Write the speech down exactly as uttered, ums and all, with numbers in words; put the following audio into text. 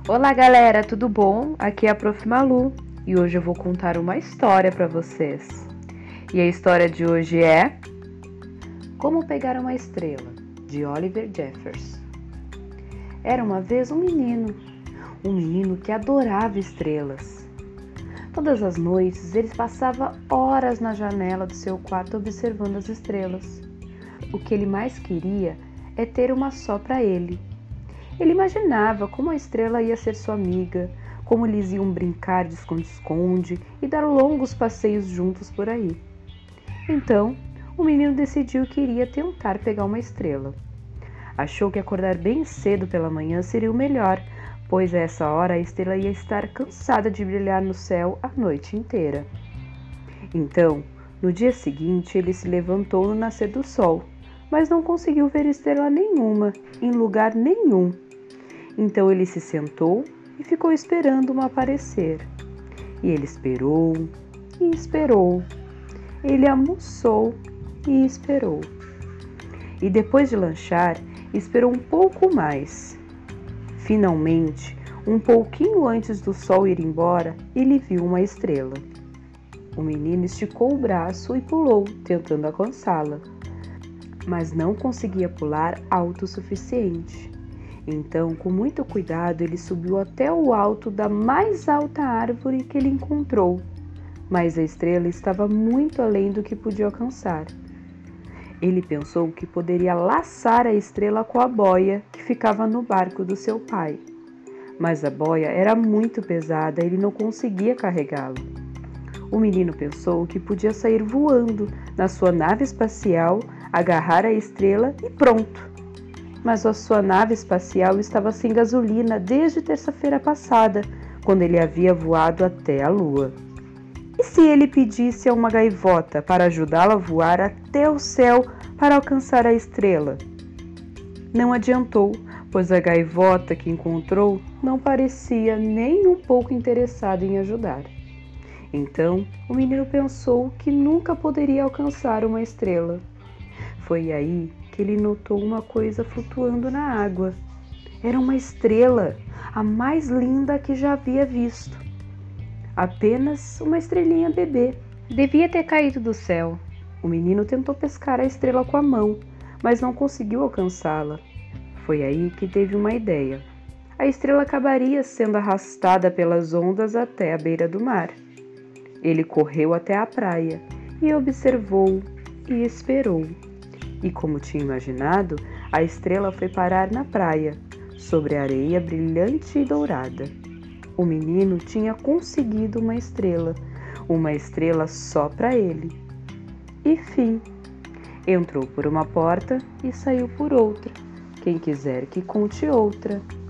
Olá galera, tudo bom? Aqui é a Prof Malu e hoje eu vou contar uma história para vocês. E a história de hoje é Como Pegar uma Estrela, de Oliver Jeffers. Era uma vez um menino, um menino que adorava estrelas. Todas as noites ele passava horas na janela do seu quarto observando as estrelas. O que ele mais queria é ter uma só para ele. Ele imaginava como a estrela ia ser sua amiga, como eles iam brincar de esconde-esconde e dar longos passeios juntos por aí. Então, o menino decidiu que iria tentar pegar uma estrela. Achou que acordar bem cedo pela manhã seria o melhor, pois a essa hora a estrela ia estar cansada de brilhar no céu a noite inteira. Então, no dia seguinte, ele se levantou no nascer do sol, mas não conseguiu ver estrela nenhuma, em lugar nenhum. Então ele se sentou e ficou esperando uma aparecer. E ele esperou e esperou. Ele almoçou e esperou. E depois de lanchar, esperou um pouco mais. Finalmente, um pouquinho antes do sol ir embora, ele viu uma estrela. O menino esticou o braço e pulou, tentando alcançá-la, mas não conseguia pular alto o suficiente. Então, com muito cuidado, ele subiu até o alto da mais alta árvore que ele encontrou, mas a estrela estava muito além do que podia alcançar. Ele pensou que poderia laçar a estrela com a boia que ficava no barco do seu pai, mas a boia era muito pesada e ele não conseguia carregá-la. O menino pensou que podia sair voando na sua nave espacial, agarrar a estrela e pronto. Mas a sua nave espacial estava sem gasolina desde terça-feira passada, quando ele havia voado até a Lua. E se ele pedisse a uma gaivota para ajudá-lo a voar até o céu para alcançar a estrela? Não adiantou, pois a gaivota que encontrou não parecia nem um pouco interessada em ajudar. Então, o menino pensou que nunca poderia alcançar uma estrela. Foi aí que ele notou uma coisa flutuando na água. Era uma estrela, a mais linda que já havia visto. Apenas uma estrelinha bebê. Devia ter caído do céu. O menino tentou pescar a estrela com a mão, mas não conseguiu alcançá-la. Foi aí que teve uma ideia. A estrela acabaria sendo arrastada pelas ondas até a beira do mar. Ele correu até a praia e observou e esperou. E como tinha imaginado, a estrela foi parar na praia, sobre a areia brilhante e dourada. O menino tinha conseguido uma estrela, uma estrela só para ele. E fim. Entrou por uma porta e saiu por outra. Quem quiser que conte outra.